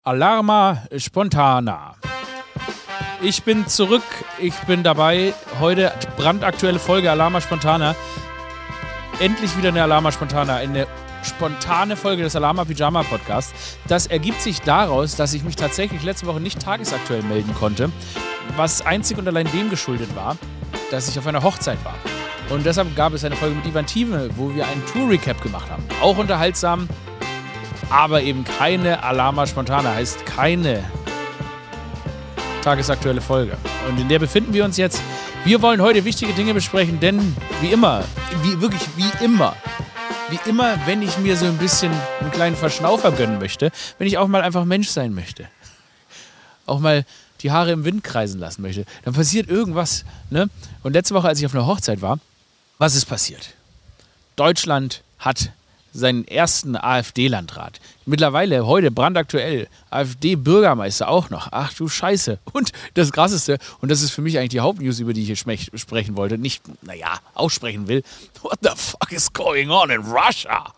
Alarma Spontana. Ich bin zurück, ich bin dabei. Heute brandaktuelle Folge Alarma Spontana. Endlich wieder eine Alarma Spontana, eine spontane Folge des Alarma Pyjama Podcasts. Das ergibt sich daraus, dass ich mich tatsächlich letzte Woche nicht tagesaktuell melden konnte, was einzig und allein dem geschuldet war, dass ich auf einer Hochzeit war. Und deshalb gab es eine Folge mit Ivan Thieme, wo wir einen Tour-Recap gemacht haben. Auch unterhaltsam, aber eben keine Alarma Spontana, heißt keine tagesaktuelle Folge. Und in der befinden wir uns jetzt. Wir wollen heute wichtige Dinge besprechen, denn wie immer, wenn ich mir so ein bisschen einen kleinen Verschnaufer gönnen möchte, wenn ich auch mal einfach Mensch sein möchte, auch mal die Haare im Wind kreisen lassen möchte, dann passiert irgendwas. Ne? Und letzte Woche, als ich auf einer Hochzeit war, was ist passiert? Deutschland hat seinen ersten AfD-Landrat. Mittlerweile, heute brandaktuell, AfD-Bürgermeister auch noch. Ach du Scheiße. Und das Krasseste, und das ist für mich eigentlich die Hauptnews, über die ich hier sprechen wollte, nicht, aussprechen will. What the fuck is going on in Russia?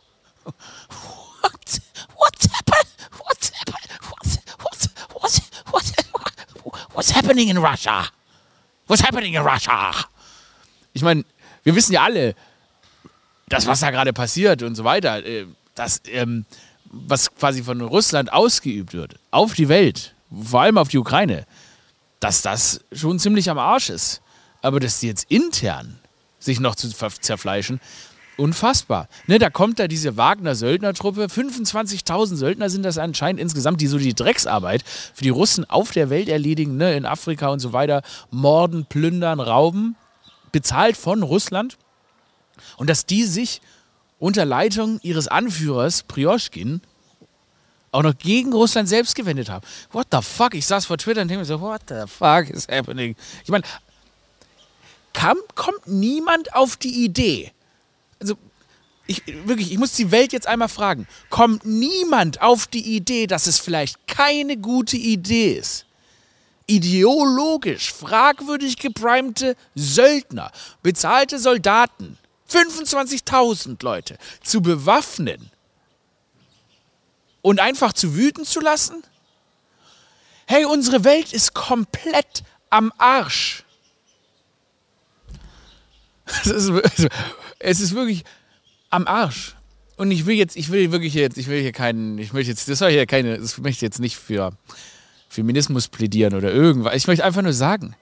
What's happening in Russia? What's happening in Russia? Ich meine, wir wissen ja alle, das, was da gerade passiert und so weiter, das, was quasi von Russland ausgeübt wird, auf die Welt, vor allem auf die Ukraine, dass das schon ziemlich am Arsch ist. Aber dass die jetzt intern sich noch zu zerfleischen, unfassbar. Ne, da kommt da diese Wagner-Söldnertruppe, 25.000 Söldner sind das anscheinend insgesamt, die so die Drecksarbeit für die Russen auf der Welt erledigen, ne, in Afrika und so weiter, morden, plündern, rauben, bezahlt von Russland. Und dass die sich unter Leitung ihres Anführers Prioschkin auch noch gegen Russland selbst gewendet haben. What the fuck? Ich saß vor Twitter und denke mir so, what the fuck is happening? Ich meine, kommt niemand auf die Idee, also ich muss die Welt jetzt einmal fragen, kommt niemand auf die Idee, dass es vielleicht keine gute Idee ist, ideologisch fragwürdig geprimte Söldner, bezahlte Soldaten, 25.000 Leute zu bewaffnen und einfach zu wüten zu lassen? Hey, unsere Welt ist komplett am Arsch. Es ist wirklich am Arsch. Und ich möchte jetzt nicht für Feminismus plädieren oder irgendwas. Ich möchte einfach nur sagen,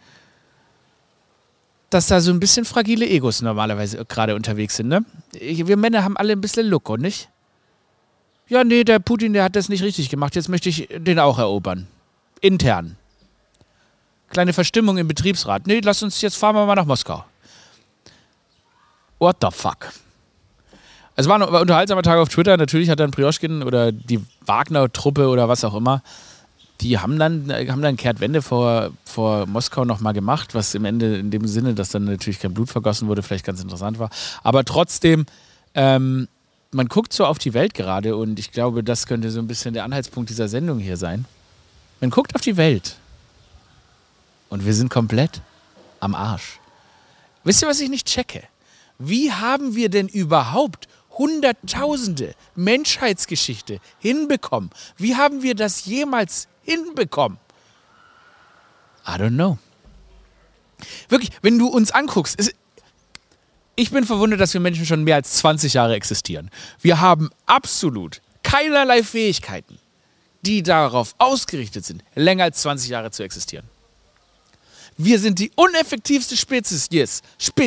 dass da so ein bisschen fragile Egos normalerweise gerade unterwegs sind, ne? Wir Männer haben alle ein bisschen Look, nicht? Ja, nee, der Putin, der hat das nicht richtig gemacht, jetzt möchte ich den auch erobern. Intern. Kleine Verstimmung im Betriebsrat. Nee, fahren wir mal nach Moskau. What the fuck? Es war ein unterhaltsamer Tag auf Twitter, natürlich hat dann Prioschkin oder die Wagner-Truppe oder was auch immer, die haben dann Kehrtwende vor Moskau nochmal gemacht, was im Ende in dem Sinne, dass dann natürlich kein Blut vergossen wurde, vielleicht ganz interessant war. Aber trotzdem, man guckt so auf die Welt gerade und ich glaube, das könnte so ein bisschen der Anhaltspunkt dieser Sendung hier sein. Man guckt auf die Welt und wir sind komplett am Arsch. Wisst ihr, was ich nicht checke? Wie haben wir denn überhaupt Hunderttausende Menschheitsgeschichte hinbekommen? Wie haben wir das jemals hinbekommen? I don't know. Wirklich, wenn du uns anguckst, ich bin verwundert, dass wir Menschen schon mehr als 20 Jahre existieren. Wir haben absolut keinerlei Fähigkeiten, die darauf ausgerichtet sind, länger als 20 Jahre zu existieren. Wir sind die uneffektivste Spezies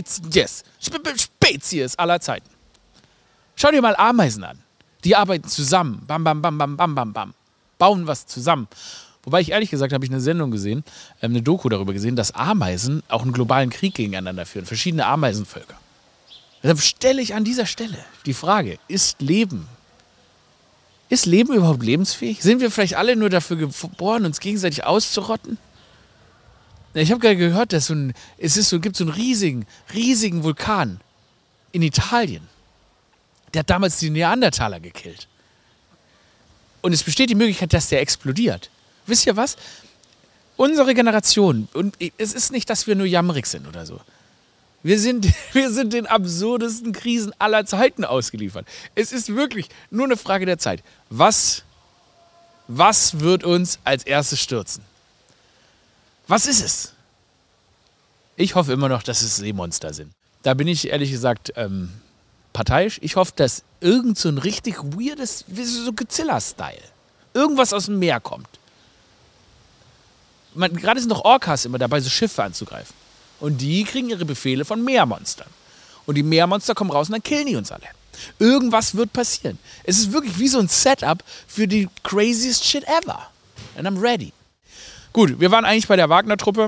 aller Zeiten. Schau dir mal Ameisen an. Die arbeiten zusammen. Bam, bam, bam, bam, bam, bam, bam. Bauen was zusammen. Wobei ich ehrlich gesagt, habe ich eine Sendung gesehen, eine Doku darüber gesehen, dass Ameisen auch einen globalen Krieg gegeneinander führen. Verschiedene Ameisenvölker. Deshalb stelle ich an dieser Stelle die Frage, ist Leben überhaupt lebensfähig? Sind wir vielleicht alle nur dafür geboren, uns gegenseitig auszurotten? Ich habe gerade gehört, dass gibt so einen riesigen Vulkan in Italien. Der hat damals die Neandertaler gekillt. Und es besteht die Möglichkeit, dass der explodiert. Wisst ihr was? Unsere Generation, und es ist nicht, dass wir nur jammerig sind oder so. Wir sind den absurdesten Krisen aller Zeiten ausgeliefert. Es ist wirklich nur eine Frage der Zeit. Was Was wird uns als erstes stürzen? Was ist es? Ich hoffe immer noch, dass es Seemonster sind. Da bin ich ehrlich gesagt parteiisch. Ich hoffe, dass irgend so ein richtig weirdes, wie so Godzilla-Style, irgendwas aus dem Meer kommt. Gerade sind doch Orcas immer dabei, so Schiffe anzugreifen. Und die kriegen ihre Befehle von Meermonstern. Und die Meermonster kommen raus und dann killen die uns alle. Irgendwas wird passieren. Es ist wirklich wie so ein Setup für die craziest shit ever. And I'm ready. Gut, wir waren eigentlich bei der Wagner-Truppe.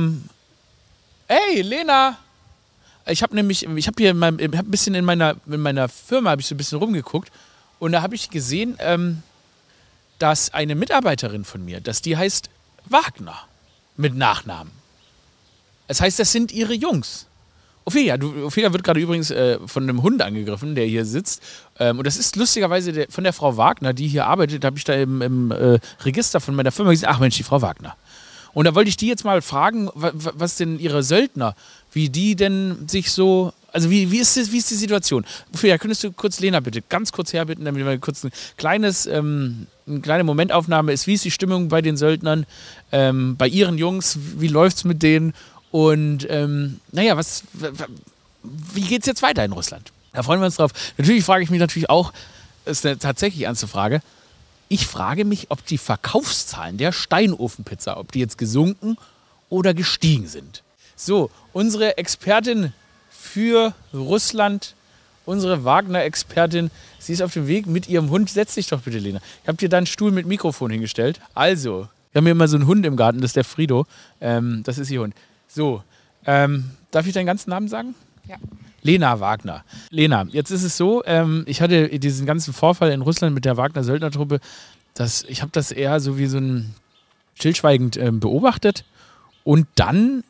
Hey, Lena! Ich habe hier ein bisschen in meiner Firma habe ich so ein bisschen rumgeguckt und da habe ich gesehen, dass eine Mitarbeiterin von mir, dass die heißt Wagner mit Nachnamen. Das heißt, das sind ihre Jungs. Ophelia wird gerade übrigens von einem Hund angegriffen, der hier sitzt. Und das ist lustigerweise von der Frau Wagner, die hier arbeitet. Da habe ich da im Register von meiner Firma gesehen, ach Mensch, die Frau Wagner. Und da wollte ich die jetzt mal fragen, was denn ihre Söldner, wie die denn sich so, also wie ist die Situation? Ophelia, könntest du kurz Lena bitte ganz kurz herbitten, damit wir kurz eine kleine Momentaufnahme ist, wie ist die Stimmung bei den Söldnern, bei ihren Jungs, wie läuft's mit denen? Und wie geht's jetzt weiter in Russland? Da freuen wir uns drauf. Natürlich frage ich mich auch, ist eine tatsächlich ernste Frage, ich frage mich, ob die Verkaufszahlen der Steinofenpizza, ob die jetzt gesunken oder gestiegen sind. So, unsere Expertin für Russland, unsere Wagner-Expertin, sie ist auf dem Weg mit ihrem Hund. Setz dich doch bitte, Lena. Ich habe dir da einen Stuhl mit Mikrofon hingestellt. Also, wir haben hier immer so einen Hund im Garten, das ist der Frido. Das ist ihr Hund. So, darf ich deinen ganzen Namen sagen? Ja. Lena Wagner. Lena, jetzt ist es so, ich hatte diesen ganzen Vorfall in Russland mit der Wagner-Söldnertruppe, ich habe das eher so wie so ein stillschweigend beobachtet und dann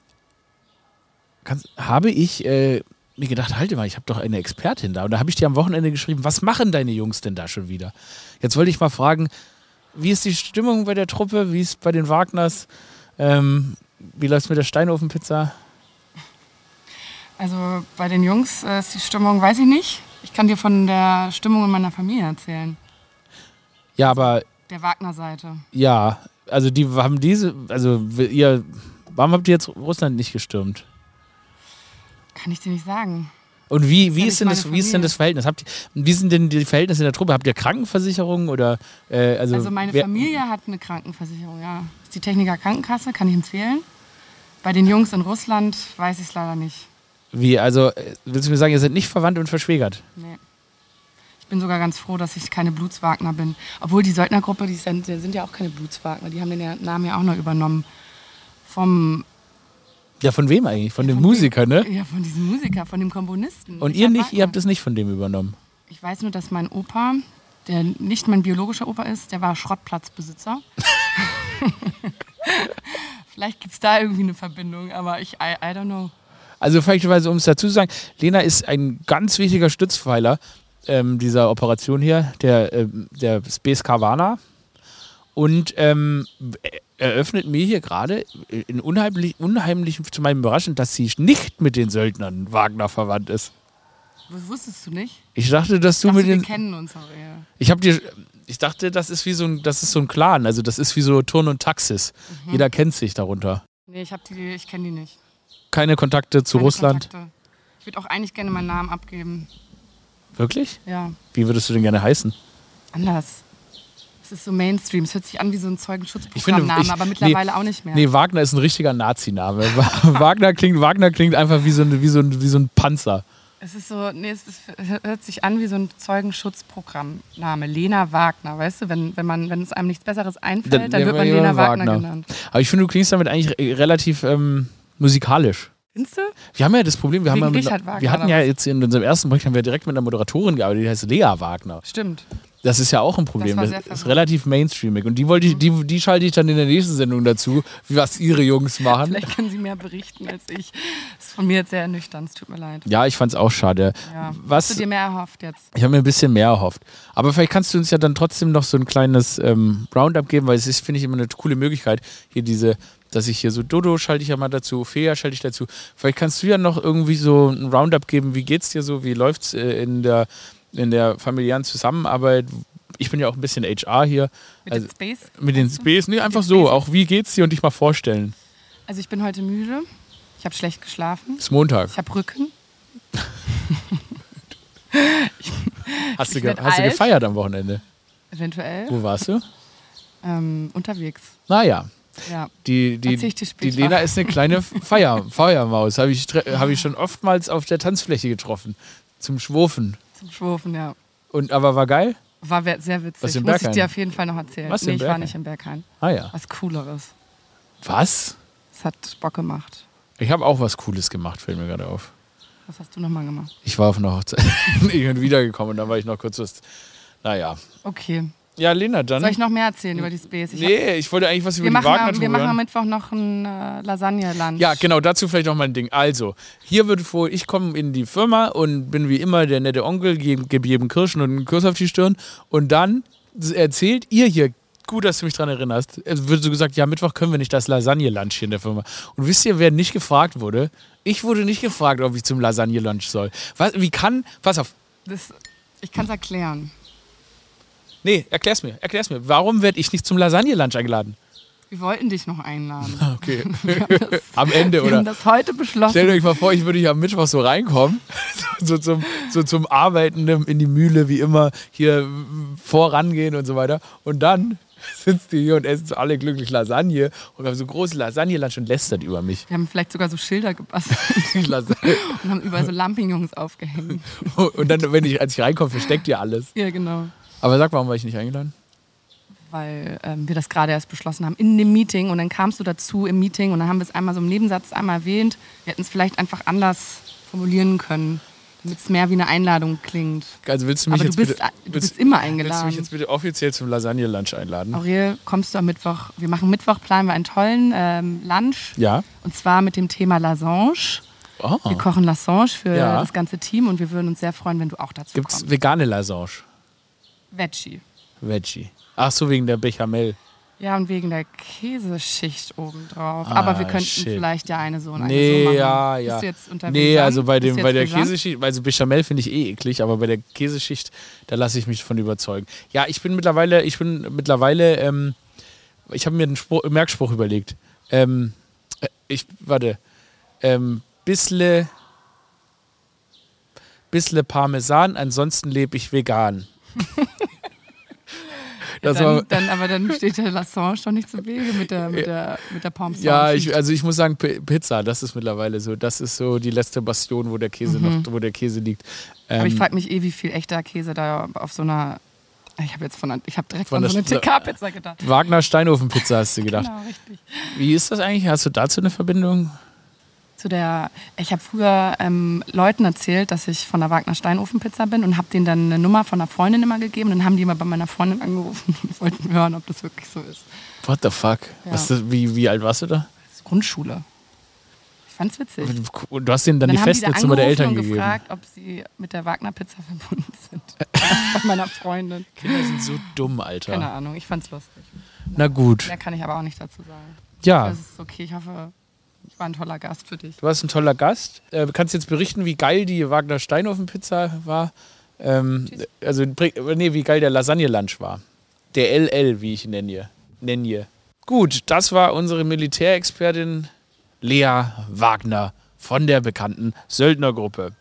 habe ich mir gedacht, halte mal, ich habe doch eine Expertin da und da habe ich dir am Wochenende geschrieben, was machen deine Jungs denn da schon wieder? Jetzt wollte ich mal fragen, wie ist die Stimmung bei der Truppe, wie ist es bei den Wagners, wie läuft es mit der Steinofenpizza? Also bei den Jungs ist die Stimmung, weiß ich nicht. Ich kann dir von der Stimmung in meiner Familie erzählen. Ja, aber... Der Wagner-Seite. Ja, also warum habt ihr jetzt Russland nicht gestürmt? Kann ich dir nicht sagen. Und wie ist denn das Verhältnis? Wie sind denn die Verhältnisse in der Truppe? Habt ihr Krankenversicherung oder... Also meine Familie hat eine Krankenversicherung, ja. Das ist die Techniker Krankenkasse, kann ich empfehlen. Bei den Jungs in Russland weiß ich es leider nicht. Wie, also willst du mir sagen, ihr seid nicht verwandt und verschwägert? Nee. Ich bin sogar ganz froh, dass ich keine Blutswagner bin. Obwohl die Söldnergruppe, die sind ja auch keine Blutswagner. Die haben den Namen ja auch noch übernommen. Ja, von wem eigentlich? Von dem Musiker, ne? Ja, von diesem Musiker, von dem Komponisten. Und ihr nicht? Ihr habt es nicht von dem übernommen? Ich weiß nur, dass mein Opa, der nicht mein biologischer Opa ist, der war Schrottplatzbesitzer. Vielleicht gibt es da irgendwie eine Verbindung, aber I don't know. Also vielleicht, um es dazu zu sagen, Lena ist ein ganz wichtiger Stützpfeiler dieser Operation hier, der Space Caravana. Und eröffnet mir hier gerade unheimlich zu meinem Überraschung, dass sie nicht mit den Söldnern Wagner verwandt ist. Was wusstest du nicht? Ich dachte, dass du mit den... Wir kennen uns auch eher. Ich dachte, das ist so ein Clan, also das ist wie so Turn und Taxis. Mhm. Jeder kennt sich darunter. Nee, ich kenne die nicht. Keine Kontakte zu Russland? Kontakte. Ich würde auch eigentlich gerne meinen Namen abgeben. Wirklich? Ja. Wie würdest du denn gerne heißen? Anders. Es ist so Mainstream. Es hört sich an wie so ein Zeugenschutzprogrammname, aber mittlerweile auch nicht mehr. Nee, Wagner ist ein richtiger Nazi-Name. Wagner klingt einfach wie so ein Panzer. Es ist so, es hört sich an wie so ein Zeugenschutzprogrammname. Lena Wagner, weißt du, wenn es einem nichts Besseres einfällt, dann wird man Lena Wagner genannt. Aber ich finde, du klingst damit eigentlich relativ musikalisch. Findest du? Wir haben ja das Problem, wir hatten ja was? jetzt in unserem ersten Projekt direkt mit einer Moderatorin gearbeitet, die heißt Lea Wagner. Stimmt. Das ist ja auch ein Problem. Das ist relativ mainstreamig. Und die schalte ich dann in der nächsten Sendung dazu, was ihre Jungs machen. Vielleicht können sie mehr berichten als ich. Das ist von mir jetzt sehr ernüchternd, es tut mir leid. Ja, ich fand's auch schade. Ja. Hast du dir mehr erhofft jetzt? Ich habe mir ein bisschen mehr erhofft. Aber vielleicht kannst du uns ja dann trotzdem noch so ein kleines Roundup geben, weil es ist, finde ich, immer eine coole Möglichkeit, hier dass ich hier so Dodo schalte ich ja mal dazu, Fea schalte ich dazu. Vielleicht kannst du ja noch irgendwie so ein Roundup geben, wie geht's dir so, wie läuft's in der familiären Zusammenarbeit, ich bin ja auch ein bisschen HR hier. Mit den Space? Mit den Space, nee, einfach so. Auch wie geht's dir und dich mal vorstellen. Also ich bin heute müde. Ich habe schlecht geschlafen. Ist Montag. Ich habe Rücken. Hast du gefeiert am Wochenende? Eventuell. Wo warst du? Unterwegs. Naja. Ja. Die Lena ist eine kleine Feuermaus. Habe ich schon oftmals auf der Tanzfläche getroffen. Zum Schwurfen. Ja. Aber war geil? War sehr witzig. Was im Muss Berghain? ich dir auf jeden Fall noch erzählen. Was ich war nicht im Berghain. Ah ja. Was Cooleres. Was? Es hat Bock gemacht. Ich habe auch was Cooles gemacht, fällt mir gerade auf. Was hast du nochmal gemacht? Ich war auf einer Hochzeit. Ich bin wiedergekommen und dann war ich noch kurz was. Naja. Okay. Ja, Lena, dann. Soll ich noch mehr erzählen über die Space? Ich wollte eigentlich was über die Wagner tun. Wir machen am Mittwoch noch ein Lasagne-Lunch. Ja, genau, dazu vielleicht noch mal ein Ding. Also, hier wird ich komme in die Firma und bin wie immer der nette Onkel, gebe jedem Kirschen und einen Kuss auf die Stirn. Und dann erzählt ihr hier, gut, dass du mich daran erinnerst, es wird so gesagt, ja, Mittwoch können wir nicht das Lasagne-Lunch hier in der Firma. Und wisst ihr, wer nicht gefragt wurde? Ich wurde nicht gefragt, ob ich zum Lasagne-Lunch soll. Pass auf. Ich kann es erklären. Nee, erklär's mir. Warum werde ich nicht zum Lasagne-Lunch eingeladen? Wir wollten dich noch einladen. Okay. Am Ende, oder? Wir haben das heute beschlossen. Stellt euch mal vor, ich würde hier am Mittwoch so reinkommen, so zum Arbeiten in die Mühle, wie immer, hier vorangehen und so weiter. Und dann sitzt ihr hier und essen so alle glücklich Lasagne und wir haben so große Lasagne-Lunch und lästert über mich. Wir haben vielleicht sogar so Schilder gebastelt und haben überall so Lampignons aufgehängt. Und dann, als ich reinkomme, versteckt ihr alles. Ja, genau. Aber sag, warum war ich nicht eingeladen? Weil wir das gerade erst beschlossen haben in dem Meeting und dann kamst du dazu im Meeting und dann haben wir es einmal so im Nebensatz einmal erwähnt. Wir hätten es vielleicht einfach anders formulieren können, damit es mehr wie eine Einladung klingt. Also willst du mich du bist immer eingeladen. Willst du mich jetzt bitte offiziell zum Lasagne-Lunch einladen? Aurel, kommst du am Mittwoch? Wir machen Mittwoch, planen wir einen tollen Lunch. Ja. Und zwar mit dem Thema Lasange. Oh. Wir kochen Lasange für das ganze Team und wir würden uns sehr freuen, wenn du auch dazu kommst. Gibt's vegane Lasange? Veggie. Ach so, wegen der Bechamel. Ja, und wegen der Käseschicht obendrauf. Aber wir könnten vielleicht ja eine so und eine so machen. Ja. Bist du jetzt unterwegs? Nee, also bei der Käseschicht, also Bechamel finde ich eklig, aber bei der Käseschicht, da lasse ich mich von überzeugen. Ja, ich habe mir einen Merkspruch überlegt. Bissle Parmesan, ansonsten lebe ich vegan. Aber dann steht der Lasange doch nicht zu Wege mit der Parmesan. Ja, ich muss sagen, Pizza, das ist mittlerweile so. Das ist so die letzte Bastion, wo der Käse liegt. Aber ich frage mich wie viel echter Käse da auf so einer. Ich habe direkt von so einer TK-Pizza gedacht. Wagner Steinofenpizza hast du gedacht. Genau, richtig. Wie ist das eigentlich? Hast du dazu eine Verbindung? Ich habe früher Leuten erzählt, dass ich von der Wagner Steinofenpizza bin und habe denen dann eine Nummer von einer Freundin immer gegeben. Und dann haben die immer bei meiner Freundin angerufen und wollten hören, ob das wirklich so ist. What the fuck? Ja. Wie alt warst du da? Das ist Grundschule. Ich fand's witzig. Und du hast denen dann die Festnetznummer der Eltern gegeben? Ich habe gefragt, ob sie mit der Wagner Pizza verbunden sind. Bei meiner Freundin. Kinder sind so dumm, Alter. Keine Ahnung, ich fand's lustig. Na gut. Mehr kann ich aber auch nicht dazu sagen. Ja. Das ist okay, ich hoffe... Ich war ein toller Gast für dich. Du warst ein toller Gast. Kannst jetzt berichten, wie geil die Wagner Steinofenpizza war? Wie geil der Lasagne-Lunch war. Der LL, wie ich ihn nenne. Gut, das war unsere Militärexpertin Lea Wagner von der bekannten Söldnergruppe.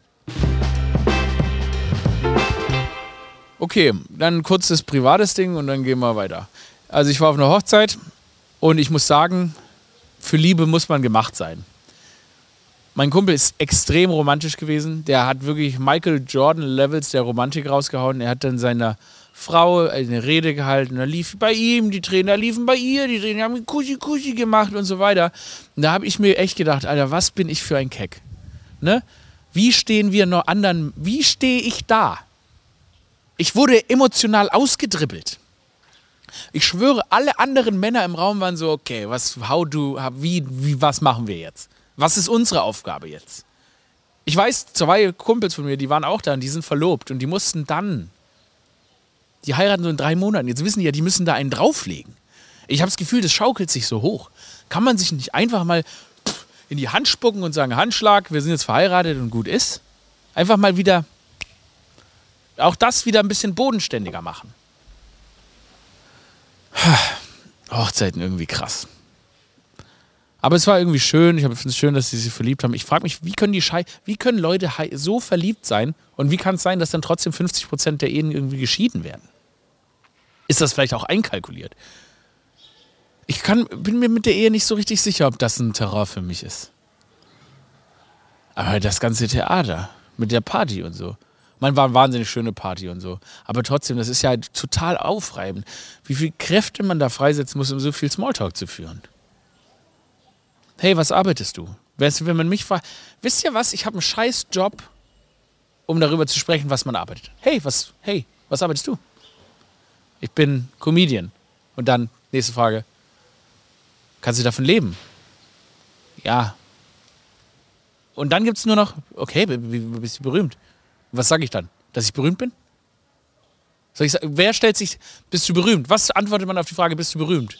Okay, dann ein kurzes privates Ding und dann gehen wir weiter. Also ich war auf einer Hochzeit und ich muss sagen, für Liebe muss man gemacht sein. Mein Kumpel ist extrem romantisch gewesen. Der hat wirklich Michael Jordan-Levels der Romantik rausgehauen. Er hat dann seiner Frau eine Rede gehalten. Da lief bei ihm die Tränen, da liefen bei ihr die Tränen. Die haben Kussi gemacht und so weiter. Und da habe ich mir echt gedacht, Alter, was bin ich für ein Keck? Ne? Wie stehen wir noch anderen? Wie stehe ich da? Ich wurde emotional ausgedribbelt. Ich schwöre, alle anderen Männer im Raum waren so, okay, was machen wir jetzt? Was ist unsere Aufgabe jetzt? Ich weiß, 2 Kumpels von mir, die waren auch da und die sind verlobt und die mussten dann, die heiraten so in 3 Monaten. Jetzt wissen die ja, die müssen da einen drauflegen. Ich habe das Gefühl, das schaukelt sich so hoch. Kann man sich nicht einfach mal in die Hand spucken und sagen, Handschlag, wir sind jetzt verheiratet und gut ist? Einfach mal wieder, auch das wieder ein bisschen bodenständiger machen. Hochzeiten irgendwie krass. Aber es war irgendwie schön. Ich finde es schön, dass sie sich verliebt haben. Ich frage mich, wie können Leute so verliebt sein und wie kann es sein, dass dann trotzdem 50% der Ehen irgendwie geschieden werden? Ist das vielleicht auch einkalkuliert? Bin mir mit der Ehe nicht so richtig sicher, ob das ein Terror für mich ist. Aber das ganze Theater mit der Party und so. Man war eine wahnsinnig schöne Party und so. Aber trotzdem, das ist ja total aufreibend. Wie viel Kräfte man da freisetzen muss, um so viel Smalltalk zu führen. Hey, was arbeitest du? Wenn man mich fragt, wisst ihr was, ich habe einen scheiß Job, um darüber zu sprechen, was man arbeitet. Hey, was arbeitest du? Ich bin Comedian. Und dann, nächste Frage, kannst du davon leben? Ja. Und dann gibt es nur noch, okay, bist du berühmt? Was sage ich dann? Dass ich berühmt bin? Soll ich sagen, wer stellt sich, bist du berühmt? Was antwortet man auf die Frage, bist du berühmt?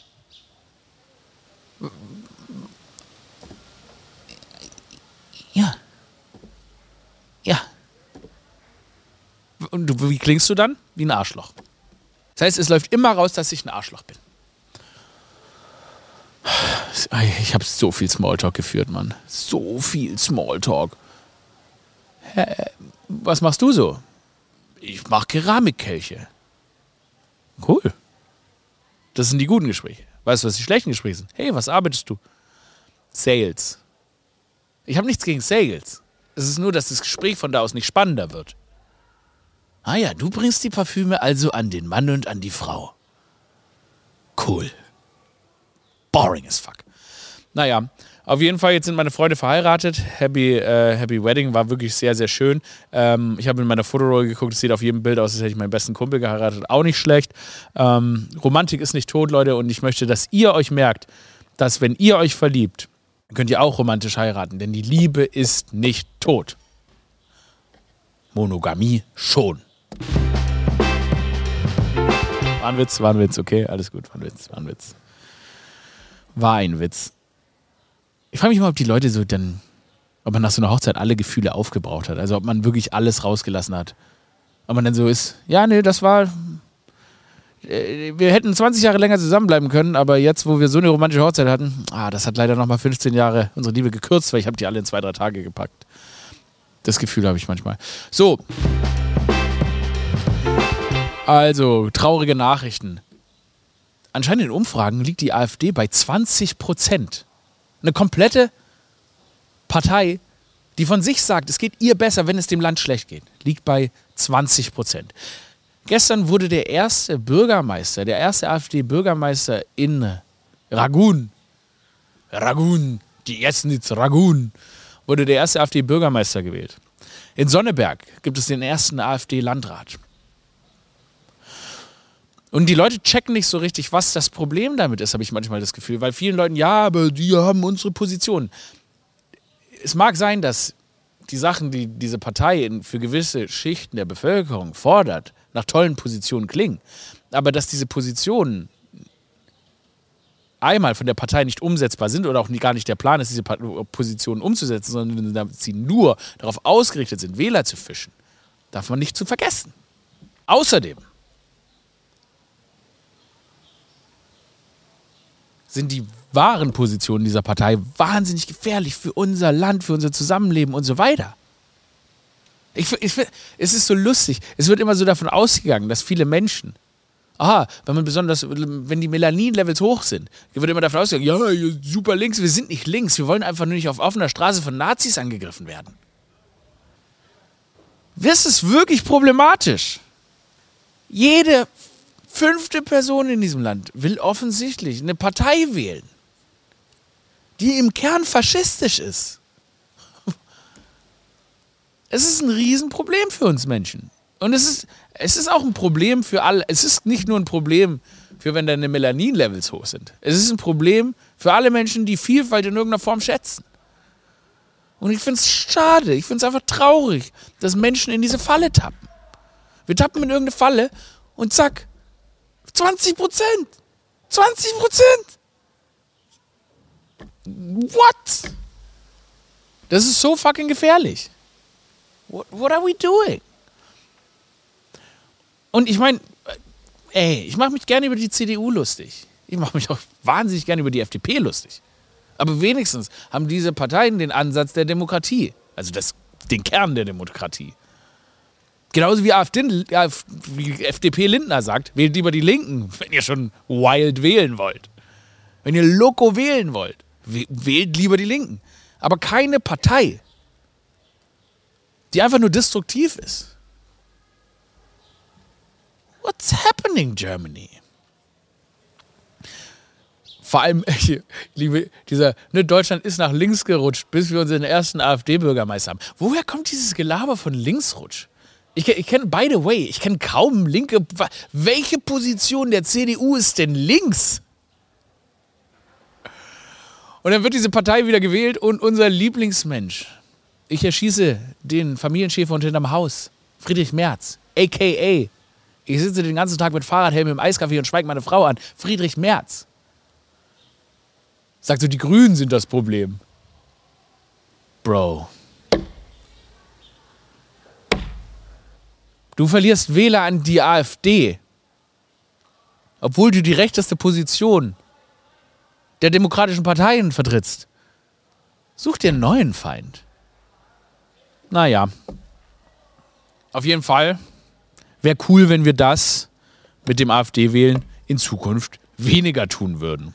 Ja. Ja. Und wie klingst du dann? Wie ein Arschloch. Das heißt, es läuft immer raus, dass ich ein Arschloch bin. Ich habe so viel Smalltalk geführt, Mann. So viel Smalltalk. Was machst du so? Ich mache Keramikkelche. Cool. Das sind die guten Gespräche. Weißt du, was die schlechten Gespräche sind? Hey, was arbeitest du? Sales. Ich habe nichts gegen Sales. Es ist nur, dass das Gespräch von da aus nicht spannender wird. Ah ja, du bringst die Parfüme also an den Mann und an die Frau. Cool. Boring as fuck. Naja, auf jeden Fall, jetzt sind meine Freunde verheiratet. Happy Wedding, war wirklich sehr, sehr schön. Ich habe in meiner Fotorolle geguckt, es sieht auf jedem Bild aus, als hätte ich meinen besten Kumpel geheiratet. Auch nicht schlecht. Romantik ist nicht tot, Leute, und ich möchte, dass ihr euch merkt, dass wenn ihr euch verliebt, könnt ihr auch romantisch heiraten, denn die Liebe ist nicht tot. Monogamie schon. War ein Witz, okay, alles gut, war ein Witz. War ein Witz. Ich frage mich immer, ob die Leute ob man nach so einer Hochzeit alle Gefühle aufgebraucht hat, also ob man wirklich alles rausgelassen hat. Ob man dann so ist, ja, nee, das war, wir hätten 20 Jahre länger zusammenbleiben können, aber jetzt, wo wir so eine romantische Hochzeit hatten, das hat leider nochmal 15 Jahre unsere Liebe gekürzt, weil ich habe die alle in 2-3 Tage gepackt. Das Gefühl habe ich manchmal. So. Also, traurige Nachrichten. Anscheinend in Umfragen liegt die AfD bei 20%. Eine komplette Partei, die von sich sagt, es geht ihr besser, wenn es dem Land schlecht geht, liegt bei 20%. Gestern wurde der erste AfD-Bürgermeister in Rangun, die essen jetzt Rangun, wurde der erste AfD-Bürgermeister gewählt. In Sonneberg gibt es den ersten AfD-Landrat. Und die Leute checken nicht so richtig, was das Problem damit ist, habe ich manchmal das Gefühl. Weil vielen Leuten, ja, aber die haben unsere Position. Es mag sein, dass die Sachen, die diese Partei für gewisse Schichten der Bevölkerung fordert, nach tollen Positionen klingen. Aber dass diese Positionen einmal von der Partei nicht umsetzbar sind oder auch gar nicht der Plan ist, diese Positionen umzusetzen, sondern dass sie nur darauf ausgerichtet sind, Wähler zu fischen, darf man nicht zu vergessen. Außerdem sind die wahren Positionen dieser Partei wahnsinnig gefährlich für unser Land, für unser Zusammenleben und so weiter. Es ist so lustig. Es wird immer so davon ausgegangen, dass viele Menschen, wenn die Melanin-Levels hoch sind, wird immer davon ausgegangen, ja, super links, wir sind nicht links, wir wollen einfach nur nicht auf offener Straße von Nazis angegriffen werden. Das ist wirklich problematisch. Jede 5. Person in diesem Land will offensichtlich eine Partei wählen, die im Kern faschistisch ist. Es ist ein Riesenproblem für uns Menschen. Und es ist auch ein Problem für alle. Es ist nicht nur ein Problem für, wenn deine Melanin-Levels hoch sind. Es ist ein Problem für alle Menschen, die Vielfalt in irgendeiner Form schätzen. Und ich finde es schade, ich finde es einfach traurig, dass Menschen in diese Falle tappen. Wir tappen in irgendeine Falle und zack, 20%! 20%! What? Das ist so fucking gefährlich. What are we doing? Und ich meine, Ey, ich mache mich gerne über die CDU lustig. Ich mache mich auch wahnsinnig gerne über die FDP lustig. Aber wenigstens haben diese Parteien den Ansatz der Demokratie. Also den Kern der Demokratie. Genauso wie wie FDP Lindner sagt, wählt lieber die Linken, wenn ihr schon wild wählen wollt. Wenn ihr loco wählen wollt, wählt lieber die Linken. Aber keine Partei, die einfach nur destruktiv ist. What's happening, Germany? Vor allem, Deutschland ist nach links gerutscht, bis wir unseren ersten AfD-Bürgermeister haben. Woher kommt dieses Gelaber von Linksrutsch? Ich kenne, by the way, ich kenne kaum linke. Welche Position der CDU ist denn links? Und dann wird diese Partei wieder gewählt und unser Lieblingsmensch. Ich erschieße den Familienschäfer unter hinterm Haus. Friedrich Merz, a.k.a. Ich sitze den ganzen Tag mit Fahrradhelm im Eiscafé und schweige meine Frau an. Friedrich Merz. Sagt so, die Grünen sind das Problem. Bro. Du verlierst Wähler an die AfD. Obwohl du die rechteste Position der demokratischen Parteien vertrittst. Such dir einen neuen Feind. Naja. Auf jeden Fall wäre cool, wenn wir das mit dem AfD-Wählen in Zukunft weniger tun würden.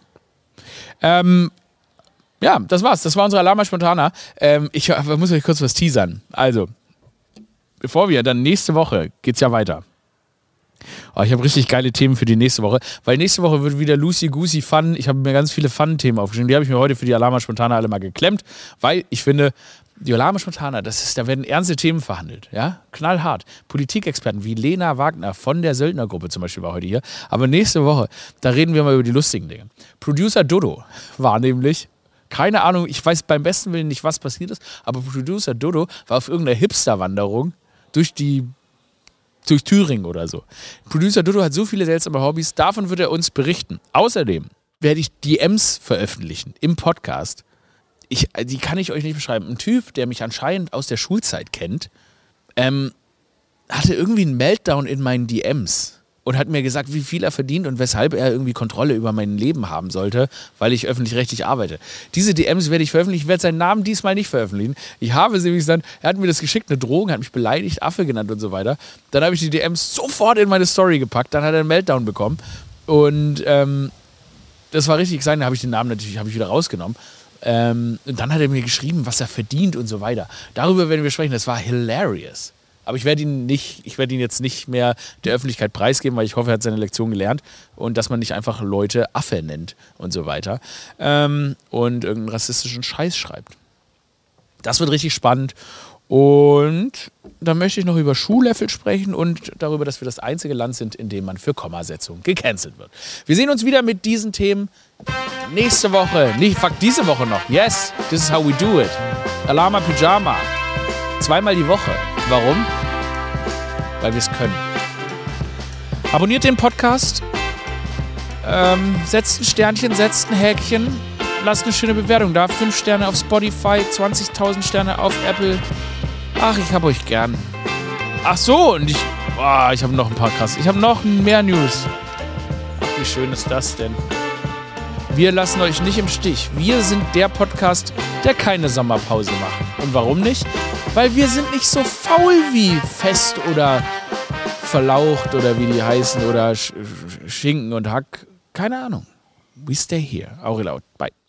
Ja, das war's. Das war unsere Alarma Spontana. Ich muss euch kurz was teasern. Also, bevor wir dann nächste Woche, geht's ja weiter. Oh, ich habe richtig geile Themen für die nächste Woche, weil nächste Woche wird wieder Lucy Goosey Fun. Ich habe mir ganz viele Fun-Themen aufgeschrieben. Die habe ich mir heute für die Alarma Spontana alle mal geklemmt, weil ich finde, die Alarma Spontana, da werden ernste Themen verhandelt, ja, knallhart. Politikexperten wie Lena Wagner von der Söldnergruppe zum Beispiel war heute hier. Aber nächste Woche, da reden wir mal über die lustigen Dinge. Producer Dodo war nämlich, keine Ahnung, ich weiß beim besten Willen nicht, was passiert ist, aber Producer Dodo war auf irgendeiner Hipster-Wanderung durch Thüringen oder so. Producer Dodo hat so viele seltsame Hobbys, davon wird er uns berichten. Außerdem werde ich DMs veröffentlichen im Podcast. Die kann ich euch nicht beschreiben. Ein Typ, der mich anscheinend aus der Schulzeit kennt, hatte irgendwie einen Meltdown in meinen DMs und hat mir gesagt, wie viel er verdient und weshalb er irgendwie Kontrolle über mein Leben haben sollte, weil ich öffentlich-rechtlich arbeite. Diese DMs werde ich veröffentlichen. Ich werde seinen Namen diesmal nicht veröffentlichen. Ich habe sie nämlich dann, er hat mir das geschickt, eine Drohung, hat mich beleidigt, Affe genannt und so weiter. Dann habe ich die DMs sofort in meine Story gepackt, dann hat er einen Meltdown bekommen und das war richtig sein, da habe ich den Namen natürlich wieder rausgenommen. Und dann hat er mir geschrieben, was er verdient und so weiter. Darüber werden wir sprechen, das war hilarious. Aber ich werde ihn jetzt nicht mehr der Öffentlichkeit preisgeben, weil ich hoffe, er hat seine Lektion gelernt und dass man nicht einfach Leute Affe nennt und so weiter und irgendeinen rassistischen Scheiß schreibt. Das wird richtig spannend. Und dann möchte ich noch über Schuhlöffel sprechen und darüber, dass wir das einzige Land sind, in dem man für Kommasetzung gecancelt wird. Wir sehen uns wieder mit diesen Themen nächste Woche. Diese Woche noch. Yes, this is how we do it. Alarma Pyjama. 2-mal die Woche. Warum? Weil wir es können. Abonniert den Podcast. Setzt ein Sternchen, setzt ein Häkchen. Lasst eine schöne Bewertung da. 5 Sterne auf Spotify, 20.000 Sterne auf Apple. Ach, ich hab euch gern. Ach so, und ich habe noch ein paar krass. Ich habe noch mehr News. Ach, wie schön ist das denn? Wir lassen euch nicht im Stich. Wir sind der Podcast, der keine Sommerpause macht. Und warum nicht? Weil wir sind nicht so faul wie Fest oder Verlaucht oder wie die heißen oder Schinken und Hack. Keine Ahnung. We stay here. Aurel out. Bye.